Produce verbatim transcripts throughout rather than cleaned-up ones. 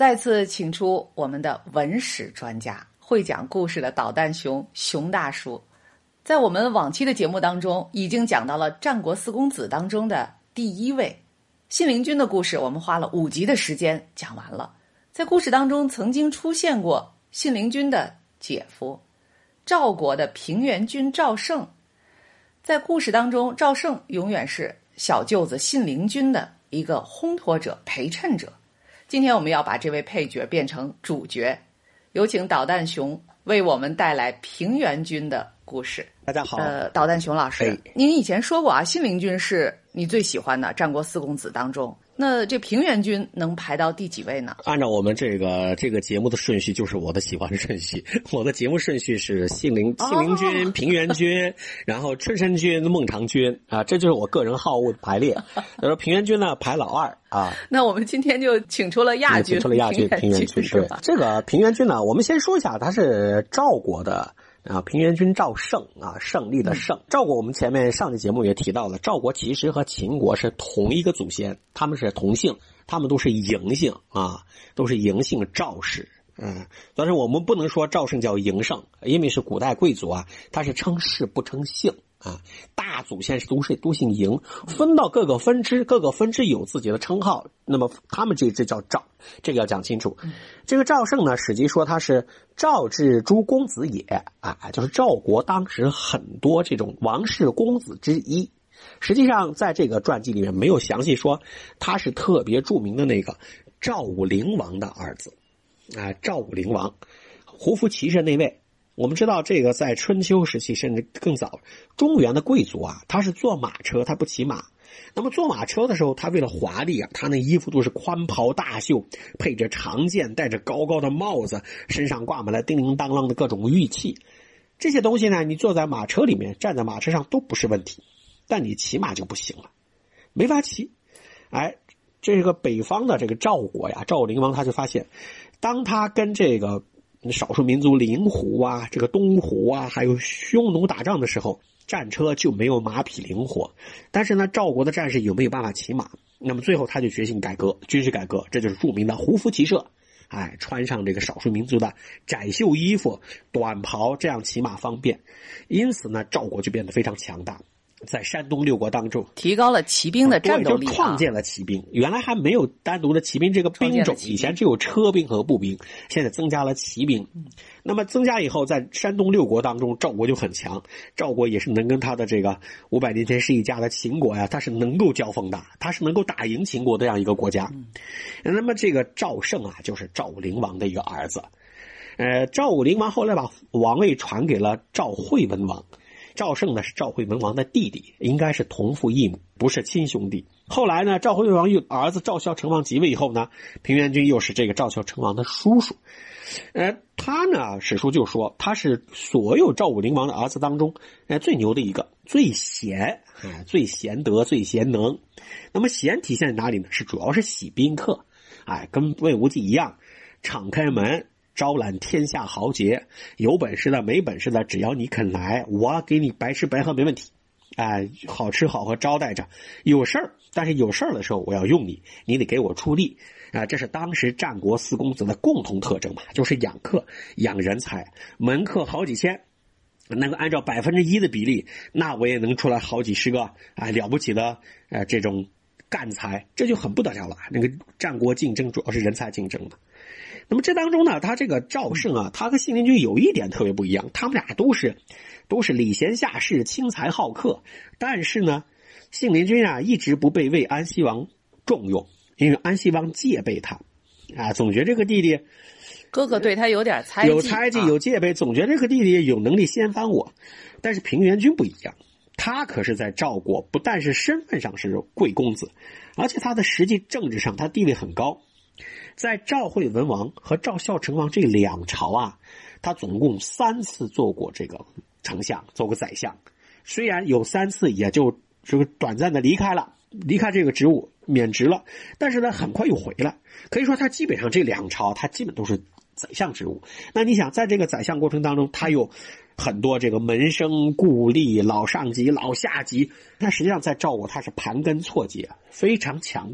再次请出我们的文史专家，会讲故事的导弹熊熊大叔。在我们往期的节目当中，已经讲到了战国四公子当中的第一位信陵君的故事，我们花了五集的时间讲完了。在故事当中曾经出现过信陵君的姐夫赵国的平原君赵胜，在故事当中赵胜永远是小舅子信陵君的一个烘托者陪衬者。今天我们要把这位配角变成主角，有请导弹熊为我们带来平原君的故事。 大家好， 呃，导弹熊老师， 哎、 您以前说过啊，信陵君是你最喜欢的战国四公子当中，那这平原君能排到第几位呢？ 按照我们这个这个节目的顺序，就是我的喜欢的顺序。我的节目顺序是信陵信陵君、哦、平原君，然后春申君、孟尝君啊，这就是我个人好恶的排列。他说平原君呢排老二啊。 那我们今天就请出了亚军， 请出了亚军平原君是吧？这个平原君呢，我们先说一下，他是赵国的。啊，平原君赵胜啊，胜利的胜。赵国我们前面上期节目也提到了，赵国其实和秦国是同一个祖先，他们是同姓，他们都是嬴姓啊，都是嬴姓赵氏。嗯，但是我们不能说赵胜叫嬴胜，因为是古代贵族啊，他是称氏不称姓啊，大祖先是都是都姓嬴，分到各个分支，各个分支有自己的称号，那么他们这这叫赵，这个要讲清楚。这个赵胜呢，史记说他是赵之诸公子也啊，就是赵国当时很多这种王室公子之一。实际上在这个传记里面没有详细说他是特别著名的那个赵武灵王的儿子啊，赵武灵王胡服骑射那位。我们知道这个在春秋时期甚至更早，中原的贵族啊，他是坐马车，他不骑马。那么坐马车的时候，他为了华丽啊，他那衣服都是宽袍大袖，配着长剑，戴着高高的帽子，身上挂满了叮铃当啷的各种玉器。这些东西呢，你坐在马车里面，站在马车上都不是问题，但你骑马就不行了，没法骑。哎，这个北方的这个赵国呀，赵武灵王他就发现，当他跟这个少数民族灵狐啊，这个东胡啊，还有匈奴打仗的时候，战车就没有马匹灵活。但是呢，赵国的战士有没有办法骑马？那么最后他就决心改革，军事改革，这就是著名的胡服骑射。哎，穿上这个少数民族的窄袖衣服、短袍，这样骑马方便。因此呢，赵国就变得非常强大。在山东六国当中， 提高了骑兵的战斗力、啊， 就创建了骑兵。原来还没有单独的骑兵这个兵种，以前只有车兵和步兵，现在增加了骑兵。嗯、那么增加以后，在山东六国当中，赵国就很强。赵国也是能跟他的这个五百年前是一家的秦国呀，他是能够交锋的，他是能够打赢秦国的这样一个国家。嗯、那么这个赵胜啊，就是赵武灵王的一个儿子。呃，赵武灵王后来把王位传给了赵惠文王。赵胜呢是赵惠文王的弟弟，应该是同父异母，不是亲兄弟。后来呢，赵惠文王又儿子赵孝成王即位以后呢，平原君又是这个赵孝成王的叔叔。呃，他呢，史书就说他是所有赵武灵王的儿子当中，呃，最牛的一个，最贤，哎，最贤德，最贤能。那么贤体现在哪里呢？是主要是喜宾客，哎，跟魏无忌一样，敞开门。招揽天下豪杰，有本事的没本事的，只要你肯来，我给你白吃白喝没问题。哎，好吃好喝招待着。有事儿，但是有事儿的时候我要用你，你得给我出力啊！这是当时战国四公子的共同特征嘛，就是养客、养人才，门客好几千，能够按照百分之一的比例，那我也能出来好几十个啊了不起的呃这种干才，这就很不得了了。那个战国竞争主要是人才竞争嘛。那么这当中呢，他这个赵胜啊，他和信陵君有一点特别不一样，他们俩都是都是礼贤下士、轻财好客，但是呢，信陵君啊一直不被魏安西王重用，因为安西王戒备他，啊，总觉得这个弟弟哥哥对他有点猜忌， 有猜忌，有戒备，总觉得这个弟弟有能力先翻我。但是平原君不一样，他可是在赵国不但是身份上是贵公子，而且他的实际政治上他地位很高。在赵惠文王和赵孝成王这两朝啊，他总共三次做过这个丞相，做过宰相。虽然有三次也就这个短暂的离开了，离开这个职务免职了，但是呢很快又回来。可以说他基本上这两朝他基本都是宰相职务。那你想在这个宰相过程当中，他有很多这个门生故吏、老上级、老下级，那实际上在赵国他是盘根错节，非常强大的。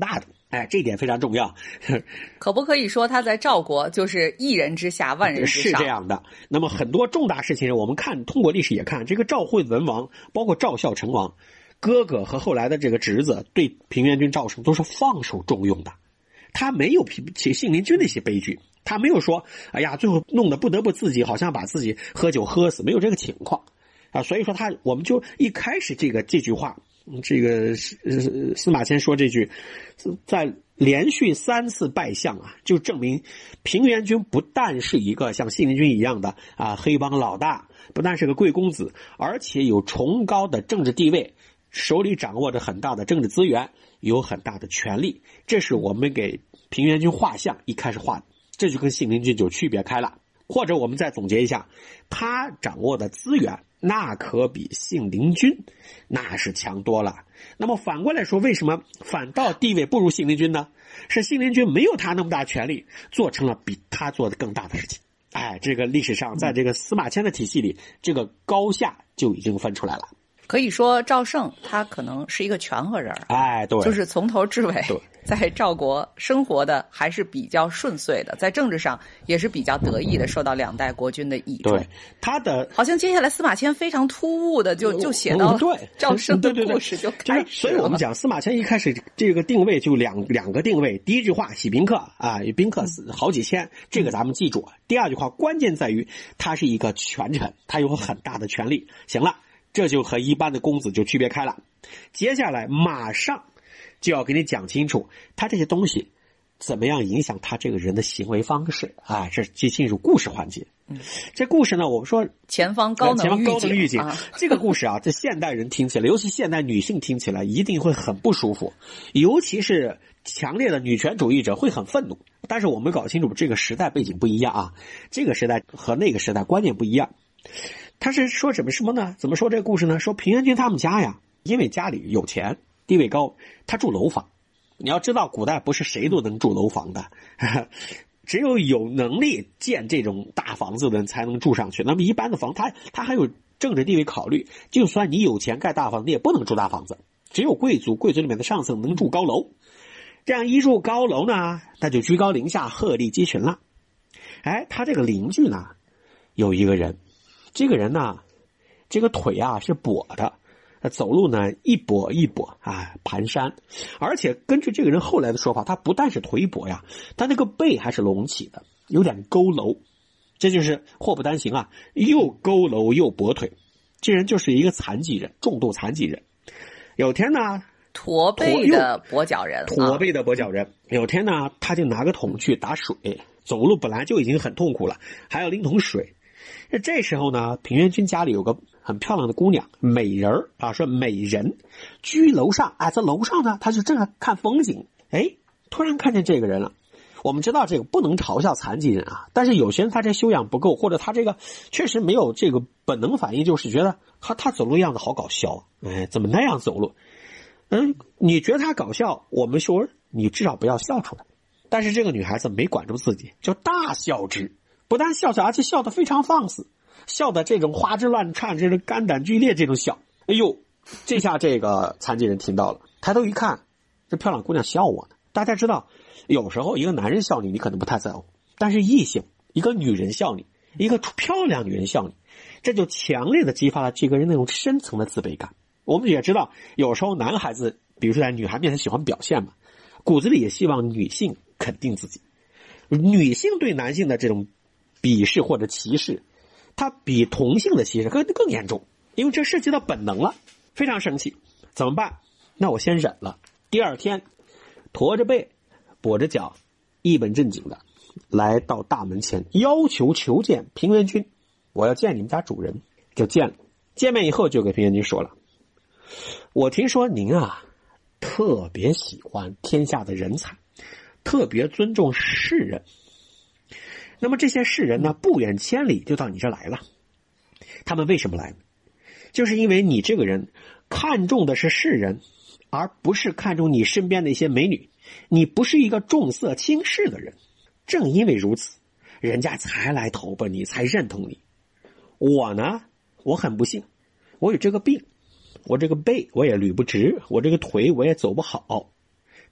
哎，这一点非常重要。 可不可以说他在赵国就是一人之下万人之上？ 是这样的。那么很多重大事情，我们看通过历史也看，这个赵惠文王，包括赵孝成王，哥哥和后来的这个侄子，对平原君赵胜都是放手重用的。他没有写信陵君那些悲剧，他没有说，哎呀，最后弄得不得不自己好像把自己喝酒喝死，没有这个情况啊。所以说他，我们就一开始这个这句话。这个司马迁说这句，在连续三次拜相啊，就证明平原君不但是一个像信陵君一样的啊黑帮老大，不但是个贵公子，而且有崇高的政治地位，手里掌握着很大的政治资源，有很大的权力。这是我们给平原君画像一开始画的，这就跟信陵君就区别开了。或者我们再总结一下，他掌握的资源那可比信陵君那是强多了。那么反过来说，为什么反倒地位不如信陵君呢？是信陵君没有他那么大权力，做成了比他做的更大的事情。哎，这个历史上在这个司马迁的体系里，这个高下就已经分出来了。 可以说赵胜他可能是一个全和人， 哎，对， 就是从头至尾在赵国生活的还是比较顺遂的，在政治上也是比较得意的，受到两代国君的倚重。 对，他的好像接下来司马迁非常突兀的就就写到了赵胜的故事就开始了。 所以我们讲司马迁一开始这个定位就两两个定位，第一句话喜宾客啊，宾客好几千，这个咱们记住。第二句话关键在于他是一个权臣，他有很大的权力。行了。这就和一般的公子就区别开了。接下来马上就要给你讲清楚他这些东西怎么样影响他这个人的行为方式啊，这就进入故事环节。嗯，这故事呢，我们说前方高能预警， 高能预警、啊、这个故事啊，这现代人听起来，尤其现代女性听起来一定会很不舒服，尤其是强烈的女权主义者会很愤怒。但是我们搞清楚这个时代背景不一样啊，这个时代和那个时代观念不一样。他是说什么什么呢？怎么说这个故事呢？说平原君他们家呀，因为家里有钱，地位高，他住楼房。你要知道，古代不是谁都能住楼房的，呵呵，只有有能力建这种大房子的人才能住上去。那么一般的房，他他还有政治地位考虑，就算你有钱盖大房，你也不能住大房子。只有贵族，贵族里面的上层能住高楼。这样一住高楼呢，他就居高临下，鹤立鸡群了。哎，他这个邻居呢，有一个人。这个人呢，这个腿啊是跛的，走路呢一跛一跛啊，蹒跚。而且根据这个人后来的说法，他不但是腿跛呀，他那个背还是隆起的，有点佝偻。这就是祸不单行啊，又佝偻又跛腿。这人就是一个残疾人，重度残疾人。有天呢， 驼背的跛脚人， 驼背的跛脚人。啊、有天呢，他就拿个桶去打水，走路本来就已经很痛苦了，还要拎桶水。这时候呢，平原君家里有个很漂亮的姑娘，美人儿啊，说美人居楼上，哎，在楼上呢，他就正在看风景，哎，突然看见这个人了。我们知道这个不能嘲笑残疾人啊，但是有些人他这修养不够，或者他这个确实没有这个本能反应，就是觉得他他走路样子好搞笑啊，哎，怎么那样走路？嗯，你觉得他搞笑，我们说你至少不要笑出来。但是这个女孩子没管住自己，就大笑之。不但笑笑，而且笑得非常放肆，笑的这种花枝乱颤，这种肝胆俱裂这种笑。哎呦，这下这个残疾人听到了，抬头一看，这漂亮姑娘笑我呢。大家知道，有时候一个男人笑你，你可能不太在乎，但是异性，一个女人笑你，一个漂亮女人笑你，这就强烈的激发了这个人那种深层的自卑感。我们也知道，有时候男孩子，比如说在女孩面前喜欢表现嘛，骨子里也希望女性肯定自己。女性对男性的这种鄙视或者歧视，他比同性的歧视更更严重，因为这涉及到本能了，非常生气。怎么办？那我先忍了。第二天，驼着背，跛着脚，一本正经的来到大门前，要求求见平原君，我要见你们家主人。就见了，见面以后就给平原君说了，我听说您啊，特别喜欢天下的人才，特别尊重士人。那么这些士人呢，不远千里就到你这来了。他们为什么来呢？就是因为你这个人看重的是士人，而不是看重你身边的一些美女。你不是一个重色轻视的人，正因为如此，人家才来投奔你，才认同你。我呢，我很不幸，我有这个病，我这个背我也捋不直，我这个腿我也走不好。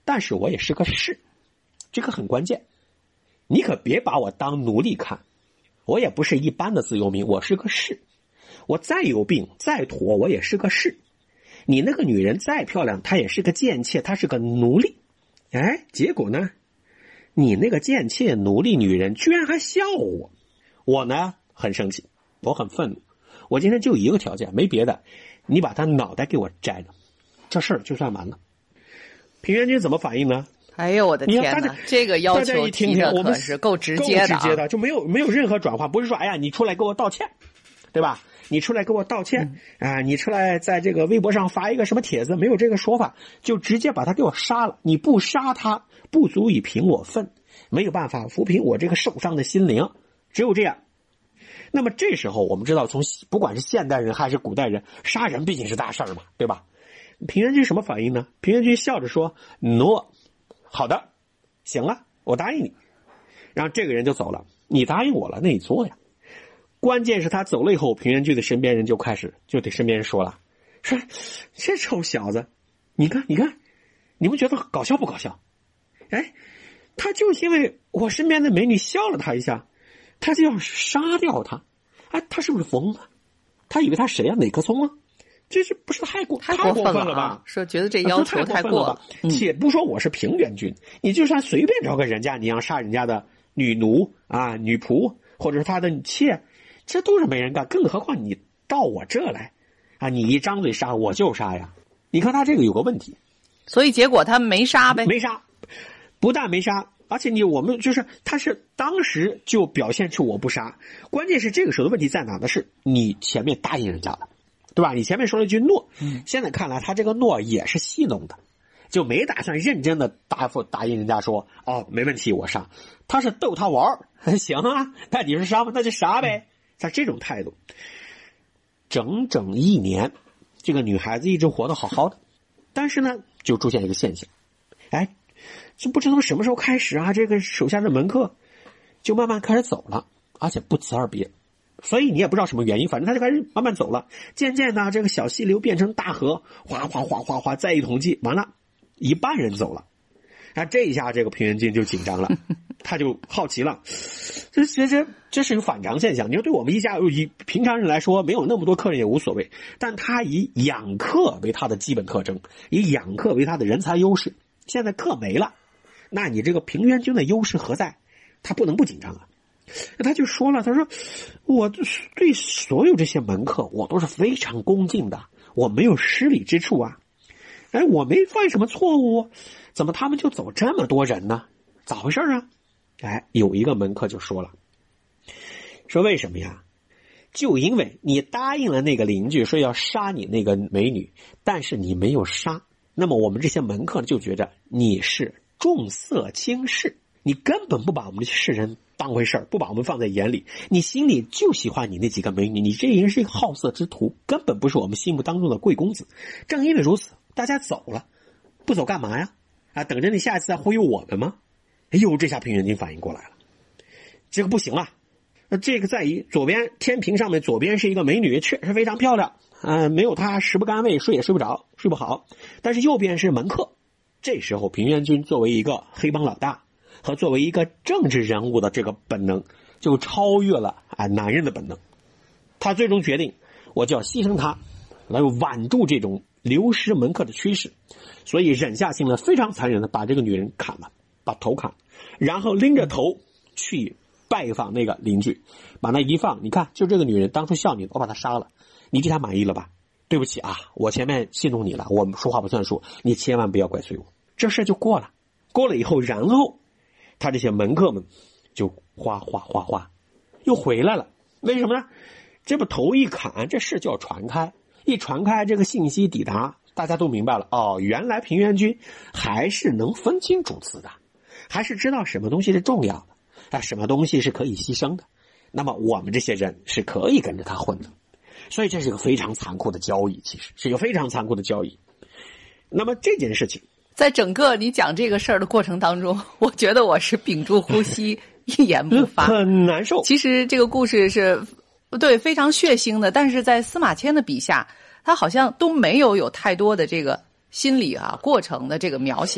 但是我也是个士，这个很关键。你可别把我当奴隶看，我也不是一般的自由民，我是个士。我再有病再妥，我也是个士。你那个女人再漂亮，她也是个贱妾，她是个奴隶。哎，结果呢，你那个贱妾奴隶女人居然还笑我。我呢很生气，我很愤怒。我今天就一个条件，没别的，你把她脑袋给我摘了，这事儿就算完了。平原君怎么反应呢？ 哎呦我的天哪，这个要求提的可是够直接的、啊、 够直接的，就没有没有任何转化，不是说哎呀你出来给我道歉，对吧？你出来给我道歉、嗯、啊，你出来在这个微博上发一个什么帖子，没有这个说法，就直接把他给我杀了。你不杀他，不足以平我愤，没有办法抚平我这个受伤的心灵，只有这样。那么这时候我们知道，从不管是现代人还是古代人，杀人毕竟是大事儿嘛，对吧？平原君什么反应呢？平原君笑着说：“诺，好的，行了，我答应你。”然后这个人就走了。你答应我了，那你做呀。关键是他走了以后，平原君的身边人就开始就对身边人说了：“说这臭小子，你看，你看，你们觉得搞笑不搞笑？哎，他就是因为我身边的美女笑了他一下，他就要杀掉他。哎，他是不是疯了？他以为他谁啊？哪棵葱啊？这是不是太过太过分了, 了吧、 啊？说觉得这要求太过了。 嗯、且不说我是平原君，你就算随便找个人家，你要杀人家的女奴啊、女仆，或者是他的妾，这都是没人干。更何况你到我这来啊，你一张嘴杀我就杀呀！你看他这个有个问题， 所以结果他没杀呗， 没杀，不但没杀，而且你我们就是他是当时就表现出我不杀。关键是这个时候的问题在哪呢？是你前面答应人家了。对吧？你前面说了一句诺，嗯，现在看来他这个诺也是戏弄的，就没打算认真的答复答应人家说哦没问题我杀，他是逗他玩儿，行啊，那你是杀吗？那就杀呗，他这种态度。整整一年，这个女孩子一直活得好好的，但是呢，就出现一个现象，哎，就不知道什么时候开始啊，这个手下的门客就慢慢开始走了，而且不辞而别。所以你也不知道什么原因，反正他就开始慢慢走了。渐渐的，这个小溪流变成大河，哗哗哗哗哗，再一统计，完了，一半人走了。那这一下，这个平原君就紧张了，他就好奇了。这其实这是一个反常现象。你说对我们一家以平常人来说，没有那么多客人也无所谓，但他以养客为他的基本特征，以养客为他的人才优势。现在客没了，那你这个平原君的优势何在？他不能不紧张啊。他就说了，他说我对所有这些门客我都是非常恭敬的，我没有失礼之处啊。哎，我没犯什么错误，怎么他们就走这么多人呢？咋回事啊？哎，有一个门客就说了，说为什么呀？就因为你答应了那个邻居说要杀你那个美女，但是你没有杀，那么我们这些门客就觉着你是重色轻视，你根本不把我们这些世人当回事儿，不把我们放在眼里，你心里就喜欢你那几个美女，你这人是一个好色之徒，根本不是我们心目当中的贵公子。正因为如此，大家走了，不走干嘛呀？啊，等着你下一次再忽悠我们吗？哎呦，这下平原君反应过来了，这个不行了。那这个在于左边天平上面，左边是一个美女，确实非常漂亮，呃，没有她食不甘味，睡也睡不着，睡不好。但是右边是门客，这时候平原君作为一个黑帮老大和作为一个政治人物的这个本能就超越了啊男人的本能，他最终决定我就要牺牲他来挽住这种流失门客的趋势，所以忍下心来，非常残忍的把这个女人砍了，把头砍，然后拎着头去拜访那个邻居，把那一放，你看就这个女人当初笑你，我把她杀了，你对她满意了吧？对不起啊，我前面戏弄你了，我说话不算数，你千万不要怪罪我。这事就过了，过了以后，然后他这些门客们就哗哗哗哗又回来了。为什么呢？这不头一砍，这事就要传开，一传开，这个信息抵达，大家都明白了，哦，原来平原君还是能分清主次的，还是知道什么东西是重要的啊，什么东西是可以牺牲的。那么我们这些人是可以跟着他混的，所以这是一个非常残酷的交易，其实是一个非常残酷的交易。那么这件事情在整个你讲这个事儿的过程当中，我觉得我是屏住呼吸一言不发， 很难受。 其实这个故事是对非常血腥的，但是在司马迁的笔下，他好像都没有有太多的这个心理啊过程的这个描写，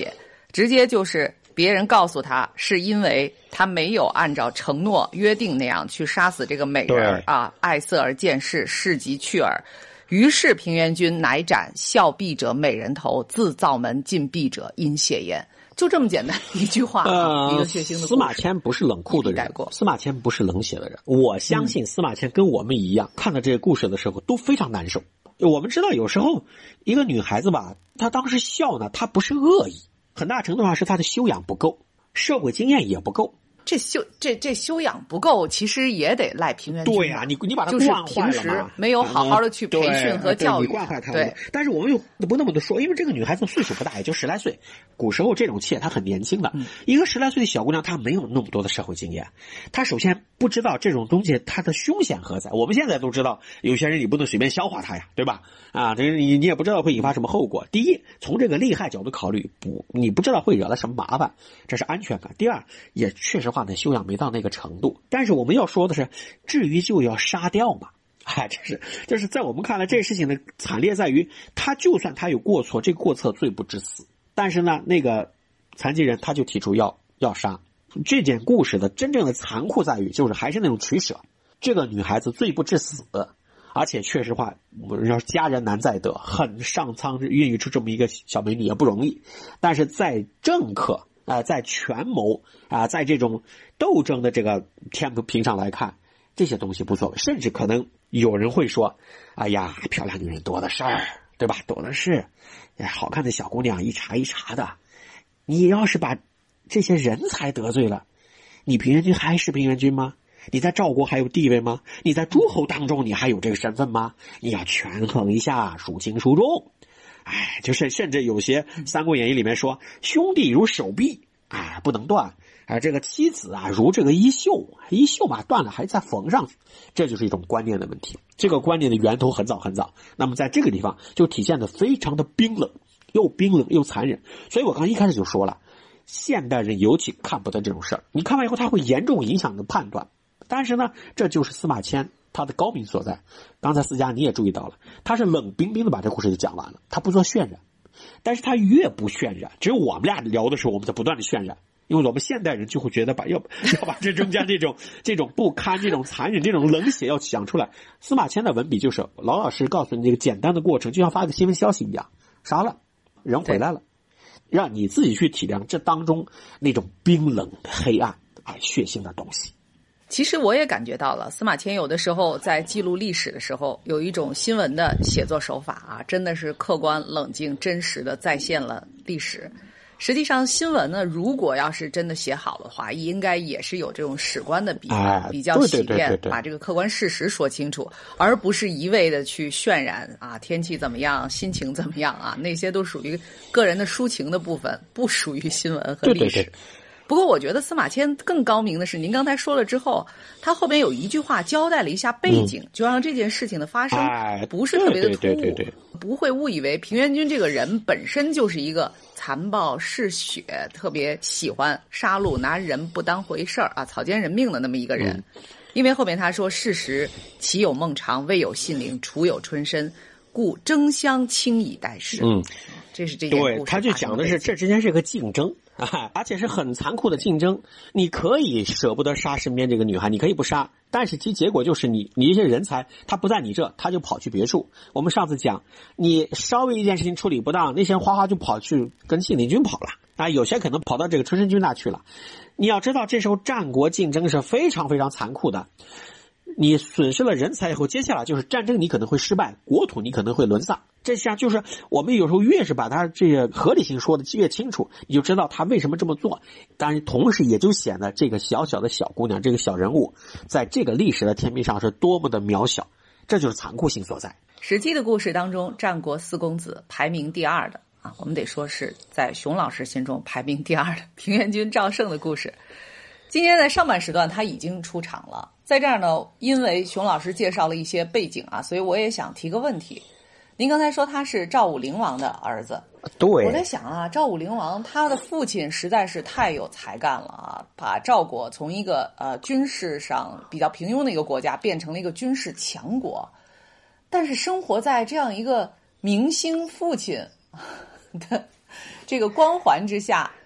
直接就是别人告诉他是因为他没有按照承诺约定那样去杀死这个美人啊，艾瑟尔见势，事即去耳。于是平原君乃斩笑避者美人头，自灶门进闭者因血焉。就这么简单一句话，呃、一个血腥的故事。 司马迁不是冷酷的人，司马迁不是冷血的人。我相信司马迁跟我们一样，嗯、看到这个故事的时候都非常难受。我们知道，有时候一个女孩子吧，她当时笑呢，她不是恶意，很大程度上是她的修养不够，社会经验也不够。 这修这这修养不够，其实也得赖平原君。 对呀、啊，你你把他惯坏了嘛， 就是平时没有好好的去培训和教育， 你惯坏他了。对，但是我们又不那么的说，因为这个女孩子岁数不大，也就十来岁。古时候这种妾她很年轻的，嗯、一个十来岁的小姑娘，她没有那么多的社会经验，她首先不知道这种东西它的凶险何在。我们现在都知道，有些人你不能随便消化它呀，对吧？啊，这你你也不知道会引发什么后果。第一，从这个利害角度考虑，不，你不知道会惹来什么麻烦，这是安全感。第二，也确实话呢，修养没到那个程度。但是我们要说的是，至于就要杀掉嘛？哎，这是就是在我们看来，这事情的惨烈在于，他就算他有过错，这个过错罪不至死，但是呢，那个残疾人他就提出要要杀。这件故事的真正的残酷在于，就是还是那种取舍。这个女孩子罪不至死，而且确实话，我们要家人难再得，很上苍孕育出这么一个小美女也不容易。但是在政客啊、呃，在权谋啊、呃，在这种斗争的这个天平上来看，这些东西不错，甚至可能有人会说：“哎呀，漂亮女人多的是，对吧？多的是，好看的小姑娘一茬一茬的。你要是把这些人才得罪了，你平原君还是平原君吗？你在赵国还有地位吗？你在诸侯当中你还有这个身份吗？你要权衡一下，孰轻孰重。哎，就是甚至有些《三国演义》里面说，兄弟如手臂啊，不能断啊，这个妻子啊如这个衣袖，衣袖嘛断了还再缝上去，这就是一种观念的问题。这个观念的源头很早很早，那么在这个地方就体现得非常的冰冷，又冰冷又残忍。所以我刚才一开始就说了，现代人尤其看不得这种事儿，你看完以后他会严重影响你的判断。但是呢，这就是司马迁他的高明所在。刚才思佳你也注意到了，他是冷冰冰的把这故事就讲完了，他不做渲染。但是他越不渲染，只有我们俩聊的时候我们在不断的渲染，因为我们现代人就会觉得把要要把这中间这种这种不堪、这种残忍、这种冷血要讲出来。司马迁的文笔就是老老实实告诉你这个简单的过程，就像发个新闻消息一样，杀了人回来了，让你自己去体谅这当中那种冰冷、黑暗啊、血腥的东西。 其实我也感觉到了，司马迁有的时候在记录历史的时候，有一种新闻的写作手法啊，真的是客观、冷静、真实的再现了历史。实际上，新闻呢，如果要是真的写好的话，应该也是有这种史观的笔， 哎、 比较洗练， 对对对对， 把这个客观事实说清楚，而不是一味的去渲染啊，天气怎么样，心情怎么样啊，那些都属于个人的抒情的部分，不属于新闻和历史。 对对对。 不过我觉得司马迁更高明的是，您刚才说了之后，他后边有一句话交代了一下背景，嗯、就让这件事情的发生不是特别的突兀， 对对对对对， 不会误以为平原君这个人本身就是一个残暴嗜血、特别喜欢杀戮、拿人不当回事儿啊、草菅人命的那么一个人。嗯、因为后面他说：“事实岂有孟尝，未有信陵，处有春申，故争相轻以待事。” 嗯， 这是这件故事。 对，他就讲的是这之间是个竞争。啊，而且是很残酷的竞争。你可以舍不得杀身边这个女孩，你可以不杀，但是其结果就是你你一些人才他不在你这，他就跑去别处。我们上次讲，你稍微一件事情处理不当，那些人哗哗就跑去跟信陵君跑了啊，有些可能跑到这个春申君那去了。你要知道，这时候战国竞争是非常非常残酷的。你损失了人才以后，接下来就是战争，你可能会失败，国土你可能会沦丧。这像就是我们有时候越是把它这个合理性说的越清楚，你就知道他为什么这么做。当然，同时也就显得这个小小的小姑娘，这个小人物，在这个历史的天平上是多么的渺小，这就是残酷性所在。 史记的故事当中，战国四公子排名第二的啊，我们得说是在熊老师心中排名第二的平原君赵胜的故事。今天在上半时段他已经出场了，在这儿呢，因为熊老师介绍了一些背景啊，所以我也想提个问题。您刚才说他是赵武灵王的儿子， 对， 我在想啊，赵武灵王他的父亲实在是太有才干了啊，把赵国从一个呃军事上比较平庸的一个国家变成了一个军事强国，但是生活在这样一个明星父亲的这个光环之下，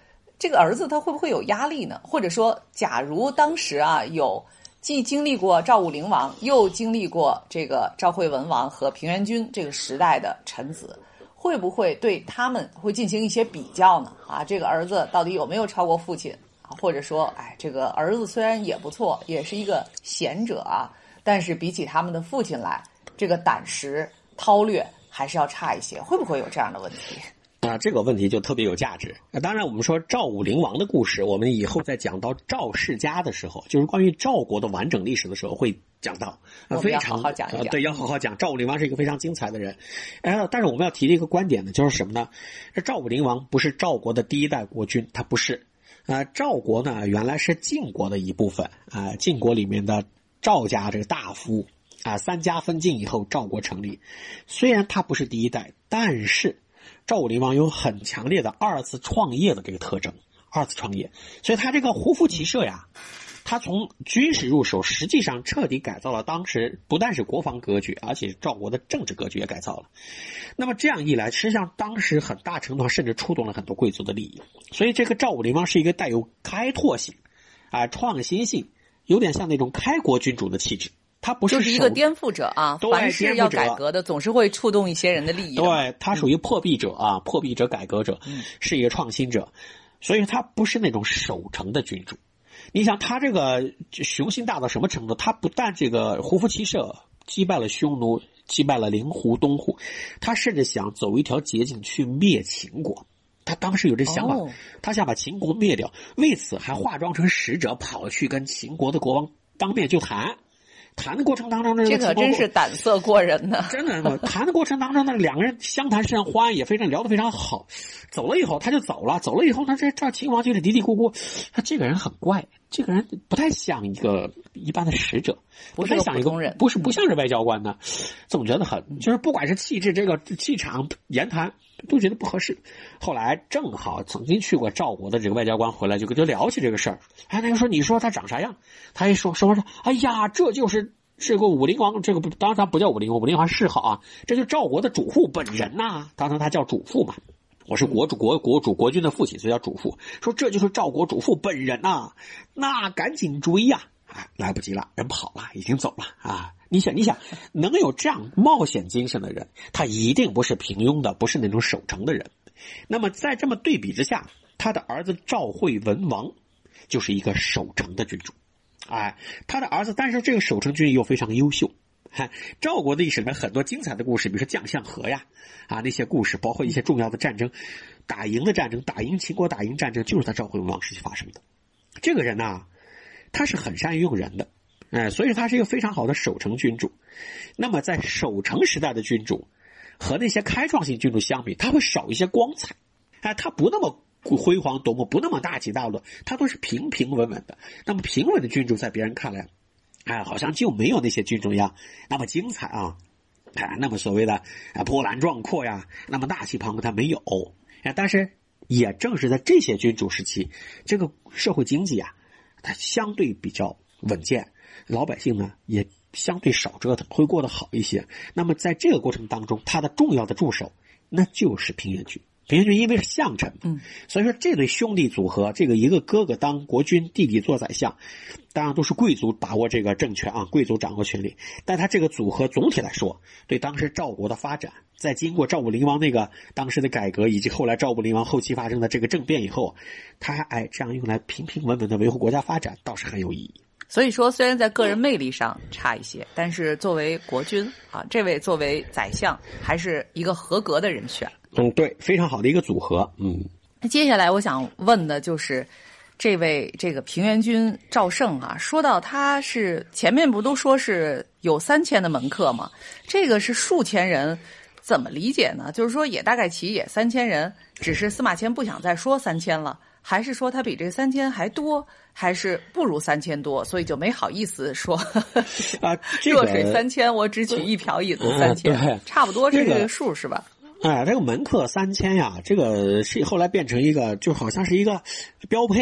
这个儿子他会不会有压力呢？或者说，假如当时啊有既经历过赵武灵王，又经历过这个赵惠文王和平原君这个时代的臣子，会不会对他们会进行一些比较呢？啊，这个儿子到底有没有超过父亲啊？或者说，哎，这个儿子虽然也不错，也是一个贤者啊，但是比起他们的父亲来，这个胆识、韬略还是要差一些，会不会有这样的问题？ 啊，这个问题就特别有价值。那当然，我们说赵武灵王的故事，我们以后在讲到赵世家的时候，就是关于赵国的完整历史的时候会讲到， 我们要好好讲一讲。 呃、对，要好好讲。赵武灵王是一个非常精彩的人。呃，但是我们要提的一个观点呢，就是什么呢？这赵武灵王不是赵国的第一代国君，他不是。呃，赵国呢原来是晋国的一部分啊、呃，晋国里面的赵家这个大夫啊、呃，三家分晋以后，赵国成立。虽然他不是第一代，但是赵武灵王有很强烈的二次创业的这个特征，二次创业，所以他这个胡服骑射呀，他从军事入手，实际上彻底改造了当时不但是国防格局，而且赵国的政治格局也改造了。那么这样一来，实际上当时很大程度上甚至触动了很多贵族的利益，所以这个赵武灵王是一个带有开拓性啊、创新性，有点像那种开国君主的气质。他不是就是一个颠覆者啊，凡是要改革的，总是会触动一些人的利益的。 对，他属于破壁者啊，破壁者、改革者，是一个创新者，所以他不是那种守成的君主。你想他这个雄心大到什么程度？他不但这个胡服骑射击败了匈奴，击败了灵狐、东胡，他甚至想走一条捷径去灭秦国。他当时有这想法，哦、他想把秦国灭掉，为此还化妆成使者跑去跟秦国的国王当面就谈。谈的过程当中呢， 这可真是胆色过人呢！ 真的，谈的过程当中呢，两个人相谈甚欢，也非常聊得非常好。走了以后，他就走了。走了以后，他这这秦王就是嘀嘀咕咕，他这个人很怪，这个人不太像一个一般的使者， 不太像一个不是不像是外交官呢，总觉得很就是不管是气质、这个气场、言谈，都觉得不合适。后来正好曾经去过赵国的这个外交官回来，就跟就聊起这个事儿。哎，那个说你说他长啥样？他一说说说，哎呀，这就是这个武灵王，这个不当然他不叫武灵王，武灵王谥号啊，这就是赵国的主父本人呐、啊。当然他叫主父嘛，我是国主国国主国君的父亲，所以叫主父。说这就是赵国主父本人呐、啊，那赶紧追呀、啊！啊，来不及了，人跑了，已经走了啊！你想，你想，能有这样冒险精神的人，他一定不是平庸的，不是那种守成的人。那么在这么对比之下，他的儿子赵惠文王就是一个守成的君主。哎，他的儿子，但是这个守成君又非常优秀。哎，赵国的历史里面很多精彩的故事，比如说将相和呀，啊那些故事，包括一些重要的战争，打赢的战争，打赢秦国打赢战争，就是在赵惠文王时期发生的。这个人呢、啊，他是很善于用人的，哎，所以他是一个非常好的守成君主。那么在守成时代的君主和那些开创性君主相比，他会少一些光彩，哎，他不那么辉煌夺目，不那么大起大落，他都是平平稳稳的。那么平稳的君主在别人看来，哎，好像就没有那些君主一样那么精彩啊，哎，那么所谓的啊波澜壮阔呀，那么大气磅礴，他没有。哎，但是也正是在这些君主时期，这个社会经济啊，它相对比较稳健，老百姓呢也相对少折腾，会过得好一些。那么在这个过程当中，他的重要的助手那就是平原君。平原君因为是相臣，嗯，所以说这对兄弟组合，这个一个哥哥当国君，弟弟做宰相，当然都是贵族把握这个政权啊，贵族掌握权力。但他这个组合总体来说，对当时赵国的发展，在经过赵武灵王那个当时的改革，以及后来赵武灵王后期发生的这个政变以后，他还哎这样用来平平稳稳的维护国家发展，倒是很有意义。 所以说，虽然在个人魅力上差一些，但是作为国君啊，这位作为宰相，还是一个合格的人选。 嗯，对，非常好的一个组合。嗯， 那接下来我想问的就是，这位这个平原君赵胜啊，说到他是前面不都说是有三千的门客吗？这个是数千人，怎么理解呢？就是说也大概其也三千人，只是司马迁不想再说三千了。还是说他比这三千还多，还是不如三千多，所以就没好意思说啊。这个、 弱水三千，我只取一瓢饮的三千、 嗯， 差不多是这个数、是吧？ 哎，这个门客三千呀，这个是后来变成一个，就好像是一个标配。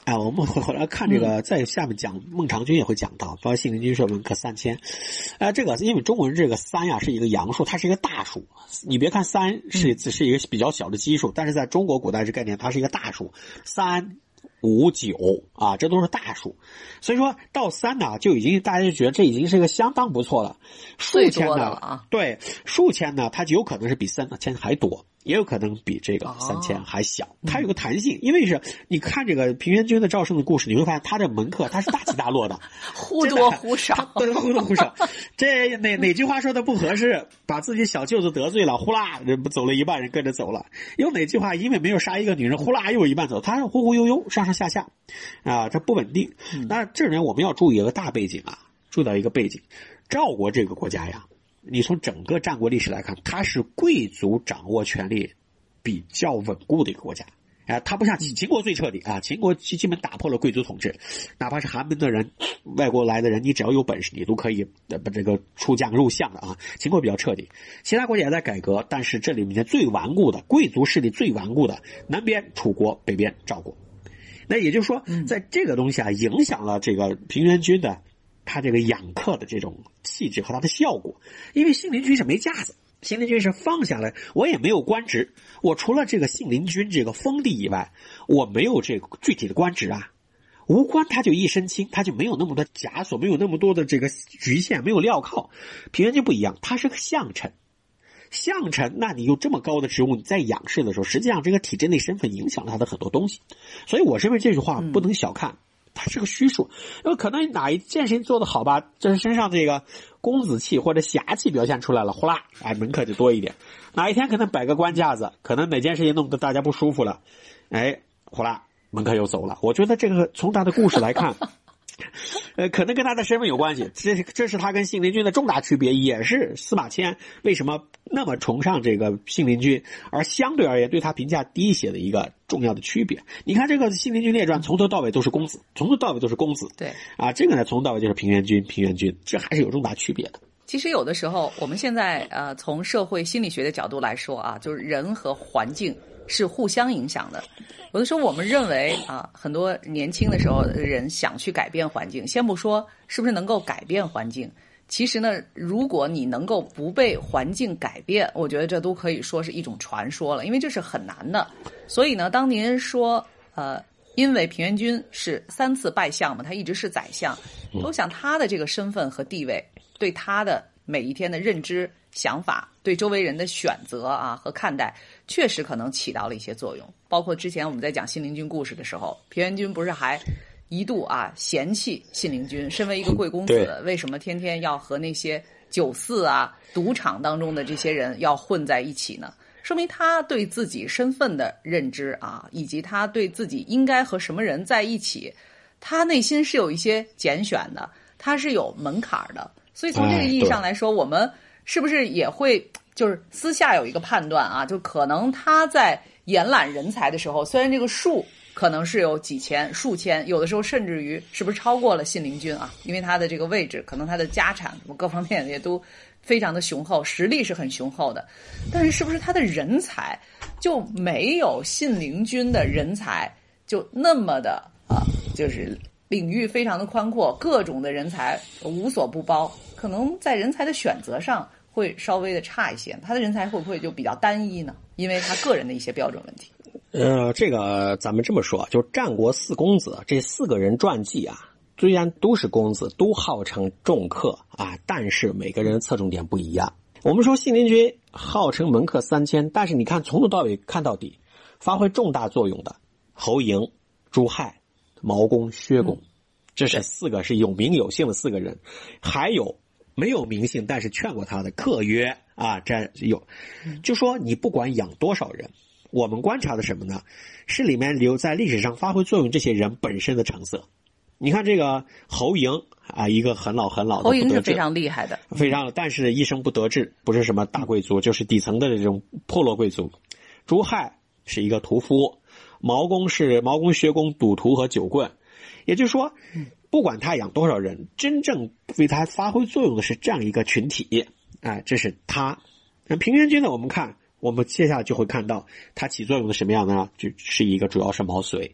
哎，我们回来看这个，在下面讲孟尝君也会讲到，包括信陵君说文克三千，啊，这个因为中文这个三呀是一个阳数，它是一个大数。你别看三是是一个比较小的基数，但是在中国古代这概念它是一个大数，三五九啊，这都是大数。所以说到三呢，就已经大家就觉得这已经是一个相当不错了。数千呢， 啊、 对，数千呢，它就有可能是比三千还多。也有可能比这个三千还小，哦、它有个弹性，因为是你看这个平原君的赵胜的故事，你会发现他的门客他是大起大落的， 忽多忽少， 对，忽多忽少。这哪哪句话说的不合适，把自己小舅子得罪了，呼啦人走了一半人跟着走了；有哪句话因为没有杀一个女人，呼啦又一半走，他是忽忽悠悠上上下下，啊，这不稳定。嗯、那这人我们要注意一个大背景啊，注意到一个背景，赵国这个国家呀。你从整个战国历史来看，它是贵族掌握权力比较稳固的一个国家。啊，它不像秦国最彻底啊，秦国基本打破了贵族统治，哪怕是寒门的人、外国来的人，你只要有本事，你都可以把这个出将入相的啊。秦国比较彻底，其他国家也在改革，但是这里面最顽固的贵族势力最顽固的，南边楚国，北边赵国。那也就是说，在这个东西啊，影响了这个平原君的。他这个养客的这种气质和他的效果，因为信陵君是没架子，信陵君是放下来，我也没有官职，我除了这个信陵君这个封地以外，我没有这个具体的官职啊，无官他就一身轻，他就没有那么多枷锁，没有那么多的这个局限，没有镣铐。平原君不一样，他是个相臣，相臣，那你有这么高的职务，你在仰视的时候，实际上这个体制内身份影响了他的很多东西，所以我认为这句话不能小看。嗯它是个虚数，因为可能哪一件事情做得好吧，就是身上这个公子气或者侠气表现出来了，呼啦，哎，门客就多一点。哪一天可能摆个官架子，可能哪件事情弄得大家不舒服了，哎，呼啦，门客又走了。我觉得这个从他的故事来看，呃，可能跟他的身份有关系。这这是他跟信陵君的重大区别，也是司马迁为什么那么崇尚这个信陵君，而相对而言对他评价低一些的一个重要的区别。你看这个《信陵君列传》从头到尾都是公子，从头到尾都是公子。 对啊，这个呢从头到尾就是平原君，平原君，这还是有重大区别的。 其实有的时候，我们现在呃从社会心理学的角度来说啊，就是人和环境是互相影响的。有的时候我们认为啊，很多年轻的时候人想去改变环境，先不说是不是能够改变环境，其实呢，如果你能够不被环境改变，我觉得这都可以说是一种传说了，因为这是很难的。所以呢，当您说呃，因为平原君是三次拜相嘛，他一直是宰相，我想他的这个身份和地位，对他的每一天的认知、想法，对周围人的选择啊和看待，确实可能起到了一些作用。包括之前我们在讲信陵君故事的时候，平原君不是还一度啊嫌弃信陵君，身为一个贵公子，为什么天天要和那些酒肆啊、赌场当中的这些人要混在一起呢？说明他对自己身份的认知啊，以及他对自己应该和什么人在一起，他内心是有一些拣选的，他是有门槛的。所以从这个意义上来说，我们是不是也会就是私下有一个判断啊？就可能他在延揽人才的时候，虽然这个数可能是有几千、数千，有的时候甚至于是不是超过了信陵君啊？因为他的这个位置，可能他的家产各方面也都非常的雄厚，实力是很雄厚的。但是是不是他的人才就没有信陵君的人才就那么的啊？就是领域非常的宽阔，各种的人才无所不包，可能在人才的选择上会稍微的差一些。他的人才会不会就比较单一呢？因为他个人的一些标准问题。 呃，这个咱们这么说，就战国四公子这四个人传记啊，虽然都是公子，都号称重客啊，但是每个人的侧重点不一样。我们说信陵君号称门客三千，但是你看从头到尾看到底，发挥重大作用的侯嬴、朱亥、毛公、薛公，这是四个是有名有姓的四个人，还有没有名姓但是劝过他的客约啊，这有，就说你不管养多少人，我们观察的什么呢？是里面留在历史上发挥作用这些人本身的成色。你看这个侯嬴啊，一个很老很老的， 侯嬴是非常厉害的， 非常，但是一生不得志，不是什么大贵族，就是底层的这种破落贵族。朱亥是一个屠夫，毛公是毛公、薛公赌徒和酒棍。也就是说，不管他养多少人，真正为他发挥作用的是这样一个群体，哎，这是他。那平原君呢？我们看，我们接下来就会看到他起作用的什么样呢？就是一个主要是毛遂，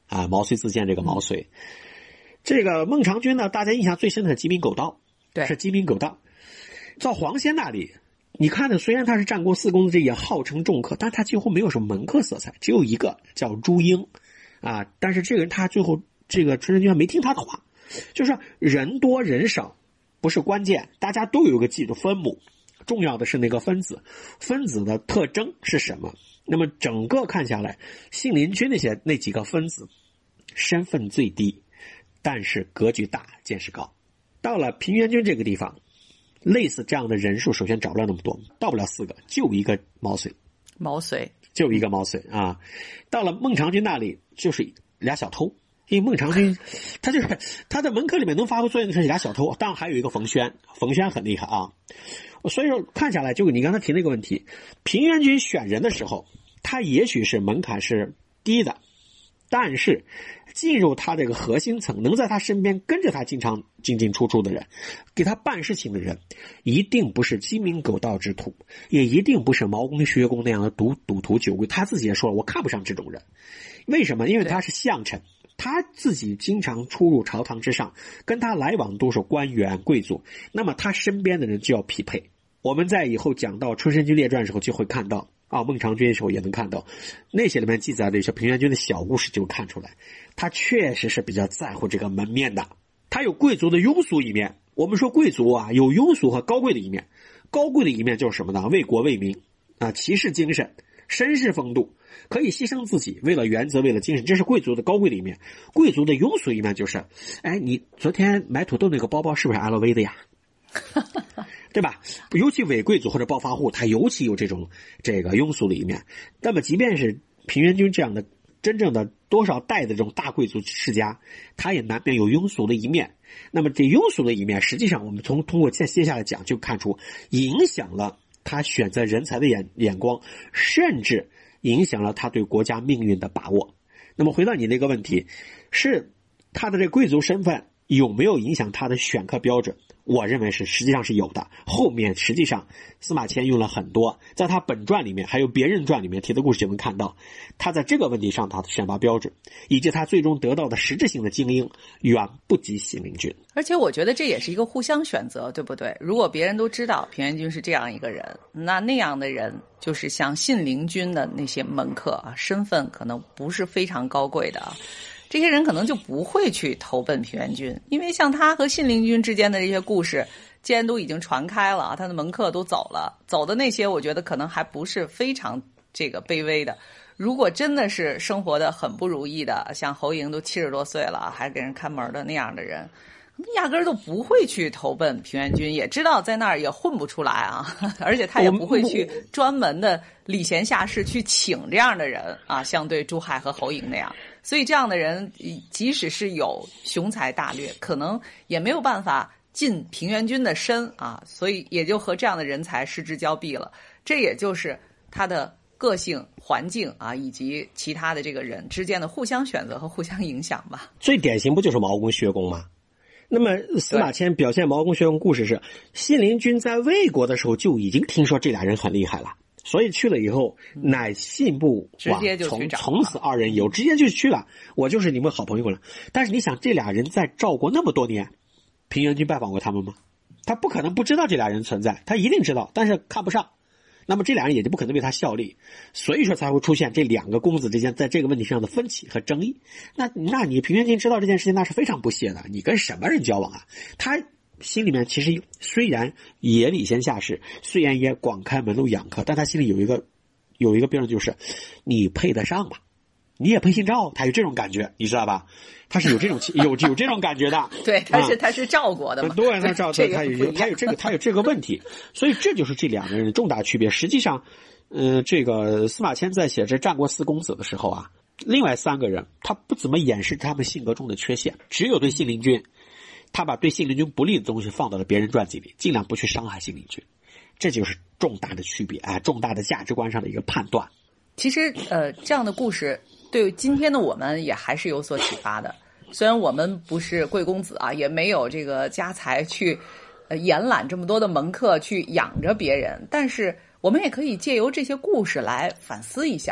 啊，毛遂自荐这个毛遂。这个孟尝君呢，大家印象最深的是鸡鸣狗盗， 对， 是鸡鸣狗盗。到黄仙那里，你看的虽然他是战国四公子，这也号称重客，但他几乎没有什么门客色彩，只有一个叫朱英，啊，但是这个人他最后这个春申君没听他的话，就是说人多人少不是关键，大家都有一个记住分母，重要的是那个分子，分子的特征是什么？那么整个看下来，信陵君那些那几个分子身份最低，但是格局大，见识高。到了平原君这个地方，类似这样的人数首先找不了那么多，到不了四个，就一个毛遂。 毛遂就一个毛遂啊。到了孟尝君那里就是俩小偷，因为孟尝君他就是他的门客里面能发挥作用的是俩小偷，当然还有一个冯轩，冯轩很厉害啊。所以说看下来，就你刚才提那个问题，平原君选人的时候，他也许是门槛是低的，但是进入他这个核心层，能在他身边跟着他经常进进出出的人，给他办事情的人，一定不是鸡鸣狗盗之徒，也一定不是毛公薛公那样的赌赌徒酒鬼。他自己也说了，我看不上这种人。为什么？因为他是相臣，他自己经常出入朝堂之上，跟他来往都是官员贵族，那么他身边的人就要匹配。我们在以后讲到春申君列传的时候就会看到啊，孟尝君的时候也能看到那些里面记载的一些平原君的小故事，就看出来他确实是比较在乎这个门面的。他有贵族的庸俗一面，我们说贵族啊有庸俗和高贵的一面，高贵的一面就是什么呢？为国为民啊，骑士精神，绅士风度，可以牺牲自己，为了原则为了精神，这是贵族的高贵的一面。贵族的庸俗一面就是，哎，你昨天买土豆那个包包是不是 L V 的呀？对吧？尤其伪贵族或者暴发户，他尤其有这种这个庸俗的一面。那么即便是平原君这样的真正的多少代的这种大贵族世家，他也难免有庸俗的一面。那么这庸俗的一面，实际上我们从通过接接下来讲就看出，影响了他选择人才的眼眼光，甚至影响了他对国家命运的把握。那么回到你那个问题，是他的这贵族身份有没有影响他的选课标准？我认为是，实际上是有的。后面实际上司马迁用了很多，在他本传里面还有别人传里面提的故事就能看到，他在这个问题上他的选拔标准，以及他最终得到的实质性的精英远不及信陵君。 而且我觉得这也是一个互相选择，对不对？如果别人都知道平原君是这样一个人，那那样的人就是像信陵君的那些门客啊，身份可能不是非常高贵的啊，这些人可能就不会去投奔平原君，因为像他和信陵君之间的这些故事既然都已经传开了，他的门客都走了，走的那些我觉得可能还不是非常这个卑微的。如果真的是生活的很不如意的，像侯嬴都七十多岁了还给人看门的那样的人，压根儿都不会去投奔平原君，也知道在那儿也混不出来啊，而且他也不会去专门的礼贤下士去请这样的人啊，像对朱亥和侯嬴那样。所以这样的人即使是有雄才大略，可能也没有办法进平原君的身啊，所以也就和这样的人才失之交臂了。这也就是他的个性、环境啊，以及其他的这个人之间的互相选择和互相影响吧。 最典型不就是毛公薛公吗？那么司马迁表现毛公薛公故事是，信陵君在魏国的时候就已经听说这俩人很厉害了，所以去了以后乃信步往，从从此二人游，直接就去了，我就是你们好朋友了。但是你想，这俩人在赵国那么多年，平原君拜访过他们吗？他不可能不知道这俩人存在，他一定知道，但是看不上。那么这俩人也就不可能为他效力，所以说才会出现这两个公子之间在这个问题上的分歧和争议。那那你平原君知道这件事情，那是非常不屑的，你跟什么人交往啊？他心里面其实虽然也礼贤下士，虽然也广开门路养客，但他心里有一个有一个标准，就是你配得上吗？你也配姓赵，他有这种感觉，你知道吧？他是有这种有有这种感觉的。 对，他是、啊、他是赵国的嘛？ 对，他赵他有他有这个他有这个问题，所以这就是这两个人的重大区别。实际上，呃，这个司马迁在写这战国四公子的时候啊，另外三个人他不怎么掩饰他们性格中的缺陷，只有对信陵君，他把对信陵君不利的东西放到了别人传记里，尽量不去伤害信陵君，这就是重大的区别啊，重大的价值观上的一个判断。 其实，呃，这样的故事对今天的我们也还是有所启发的。虽然我们不是贵公子啊，也没有这个家财去呃延揽这么多的门客去养着别人，但是我们也可以借由这些故事来反思一下，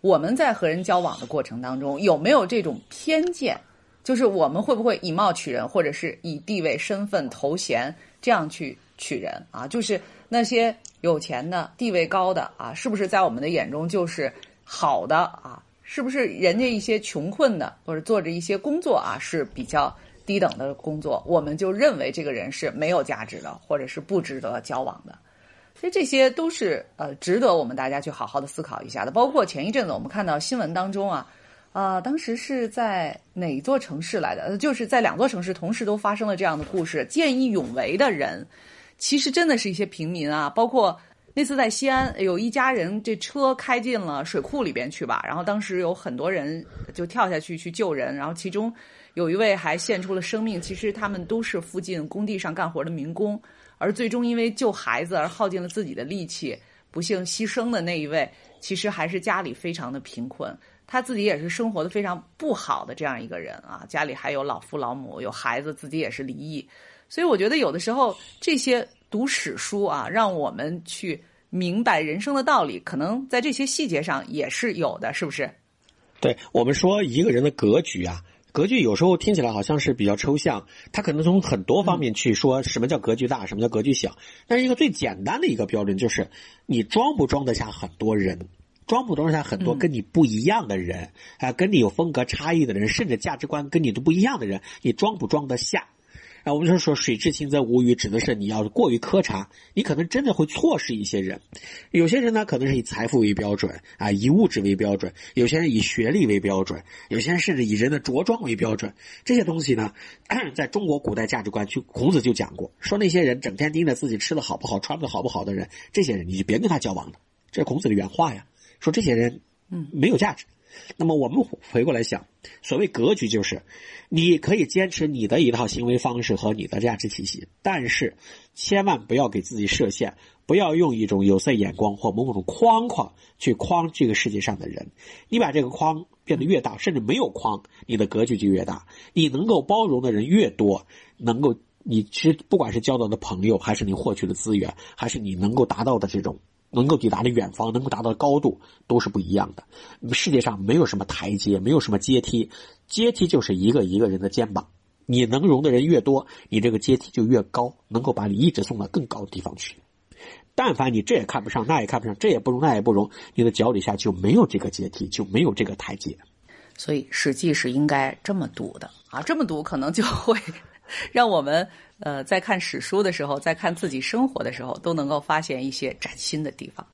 我们在和人交往的过程当中，有没有这种偏见？就是我们会不会以貌取人，或者是以地位、身份、头衔这样去取人啊？就是那些有钱的、地位高的啊，是不是在我们的眼中就是好的啊？是不是人家一些穷困的或者做着一些工作啊是比较低等的工作，我们就认为这个人是没有价值的，或者是不值得交往的？所以这些都是呃值得我们大家去好好的思考一下的。包括前一阵子我们看到新闻当中啊。啊、呃，当时是在哪座城市来的？就是在两座城市同时都发生了这样的故事。见义勇为的人，其实真的是一些平民啊。包括那次在西安，有一家人这车开进了水库里边去吧，然后当时有很多人就跳下去去救人，然后其中有一位还献出了生命。其实他们都是附近工地上干活的民工，而最终因为救孩子而耗尽了自己的力气，不幸牺牲的那一位，其实还是家里非常的贫困。他自己也是生活的非常不好的这样一个人啊，家里还有老父老母，有孩子，自己也是离异。所以我觉得有的时候这些读史书啊，让我们去明白人生的道理，可能在这些细节上也是有的，是不是？ 对，我们说一个人的格局啊，格局有时候听起来好像是比较抽象，他可能从很多方面去说什么叫格局大，什么叫格局小。但是一个最简单的一个标准就是你装不装得下很多人，装不装得下很多跟你不一样的人、嗯、啊，跟你有风格差异的人，甚至价值观跟你都不一样的人，你装不装得下？啊，我们就说水至清则无鱼，指的是你要过于苛察，你可能真的会错失一些人。有些人呢，可能是以财富为标准啊，以物质为标准；有些人以学历为标准；有些人甚至以人的着装为标准。这些东西呢，在中国古代价值观，去孔子就讲过，说那些人整天盯着自己吃的好不好、穿的好不好的人，这些人你就别跟他交往了。这是孔子的原话呀，说这些人嗯没有价值。那么我们回过来想，所谓格局就是你可以坚持你的一套行为方式和你的价值体系，但是千万不要给自己设限，不要用一种有色眼光或某种框框去框这个世界上的人。你把这个框变得越大，甚至没有框，你的格局就越大。你能够包容的人越多，能够你其实不管是交到的朋友，还是你获取的资源，还是你能够达到的这种能够抵达的远方，能够达到的高度，都是不一样的。世界上没有什么台阶，没有什么阶梯，阶梯就是一个一个人的肩膀。你能容的人越多，你这个阶梯就越高，能够把你一直送到更高的地方去。但凡你这也看不上，那也看不上，这也不容，那也不容，你的脚底下就没有这个阶梯，就没有这个台阶。 所以《史记》是应该这么读的啊，这么读可能就会让我们呃在看史书的时候，在看自己生活的时候，都能够发现一些崭新的地方。